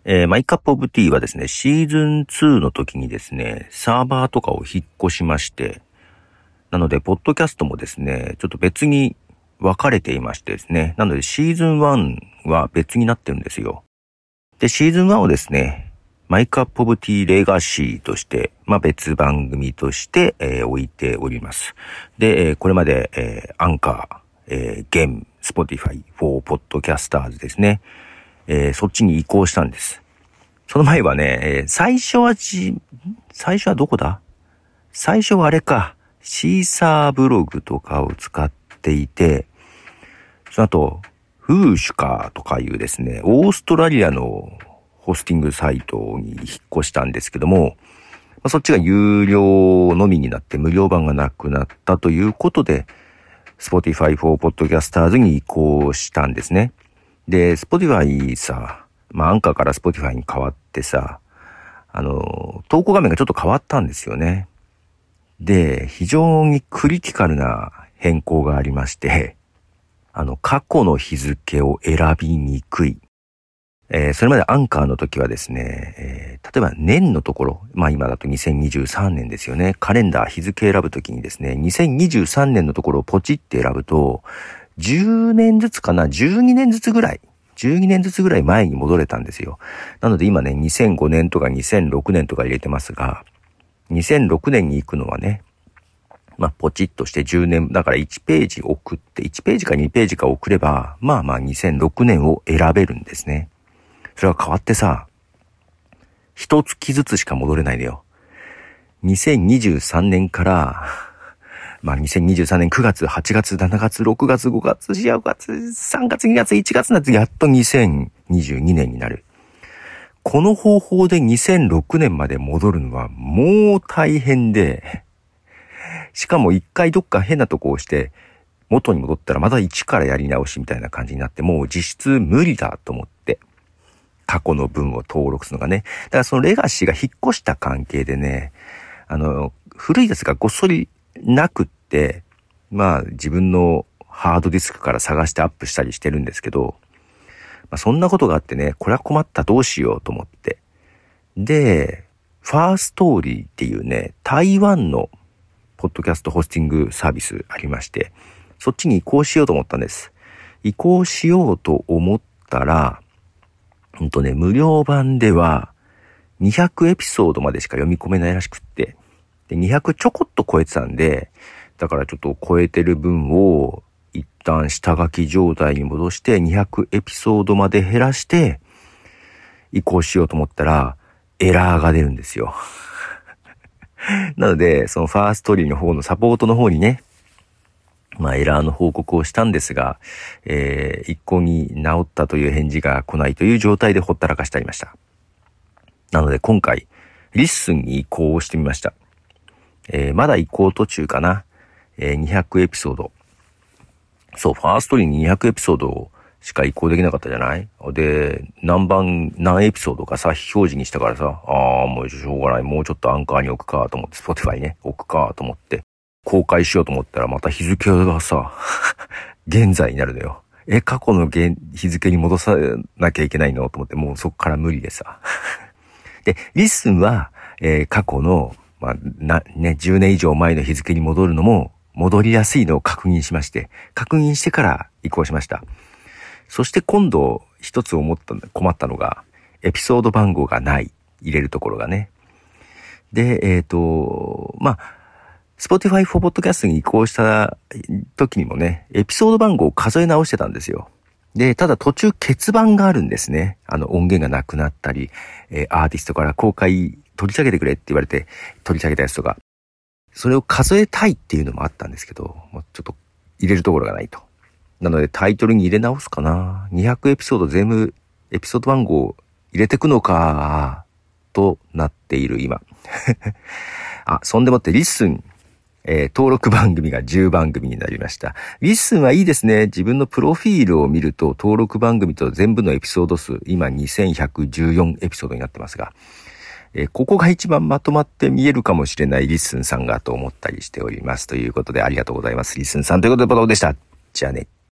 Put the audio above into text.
マイカップオブティーはですね、シーズン2の時にですね、サーバーとかを引っ越しまして、なので、ポッドキャストもですね、ちょっと別に分かれていましてですね、なのでシーズン1は別になってるんですよ。で、シーズン1をですね、マイカップオブティーレガシーとして、別番組として、置いております。で、これまで、アンカー、ゲーム、スポティファイ、フォーポッドキャスターズですね。そっちに移行したんです。その前はね、最初はどこだ？最初はあれか、シーサーブログとかを使っていて、その後、フーシュカーとかいうですね、オーストラリアのホスティングサイトに引っ越したんですけども、そっちが有料のみになって無料版がなくなったということで、Spotify for Podcasters に移行したんですね。で、Spotify さ、アンカーから Spotify に変わってさ、投稿画面がちょっと変わったんですよね。で、非常にクリティカルな変更がありまして、過去の日付を選びにくい。それまでアンカーの時はですね、例えば年のところ、今だと2023年ですよね。カレンダー日付選ぶときにですね、2023年のところをポチって選ぶと、10年ずつかな、12年ずつぐらい前に戻れたんですよ。なので今ね、2005年とか2006年とか入れてますが、2006年に行くのはね、ポチッとして10年、だから1ページ送って、1ページか2ページか送れば、2006年を選べるんですね。それが変わってさ、一月ずつしか戻れないでよ。2023年から、2023年9月、8月、7月、6月、5月、4月、3月、2月、1月になってやっと2022年になる。この方法で2006年まで戻るのはもう大変で、しかも一回どっか変なとこを押して元に戻ったらまた一からやり直しみたいな感じになって、もう実質無理だと思って過去の文を登録するのがね。だからそのレガシーが引っ越した関係でね、古いやつがごっそりなくって、自分のハードディスクから探してアップしたりしてるんですけど、そんなことがあってね、これは困った、どうしようと思って。で、ファーストーリーっていうね、台湾のポッドキャストホスティングサービスありまして、そっちに移行しようと思ったんです。移行しようと思ったら、無料版では200エピソードまでしか読み込めないらしくって、で、200ちょこっと超えてたんで、だからちょっと超えてる分を一旦下書き状態に戻して200エピソードまで減らして移行しようと思ったらエラーが出るんですよ。なので、そのファーストリーの方のサポートの方にね、エラーの報告をしたんですが、一向に治ったという返事が来ないという状態でほったらかしてありました。なので今回、リッスンに移行してみました。まだ移行途中かな。200エピソード。そう、ファーストリーに200エピソードしか移行できなかったじゃない？で、何エピソードかさ、非表示にしたからさ、もうしょうがない。もうちょっとアンカーに置くかと思って、Spotify ね、置くかと思って、公開しようと思ったらまた日付がさ、現在になるのよ。過去の日付に戻さなきゃいけないのと思って、もうそっから無理でさ。で、リッスンは、過去の、10年以上前の日付に戻るのも、戻りやすいのを確認してから移行しました。そして今度一つ困ったのが、エピソード番号がない。入れるところがね。で、Spotify for Podcast に移行した時にもね、エピソード番号を数え直してたんですよ。で、ただ途中欠番があるんですね。音源がなくなったり、アーティストから公開取り下げてくれって言われて取り下げたやつとか、それを数えたいっていうのもあったんですけど、もうちょっと入れるところがないと。なのでタイトルに入れ直すかな。200エピソード全部エピソード番号入れてくのかとなっている今。そんでもってリッスン、登録番組が10番組になりました。リッスンはいいですね。自分のプロフィールを見ると登録番組と全部のエピソード数、今2114エピソードになってますが、ここが一番まとまって見えるかもしれないリッスンさんがと思ったりしております。ということでありがとうございます。リッスンさんということでボトムでした。じゃあね。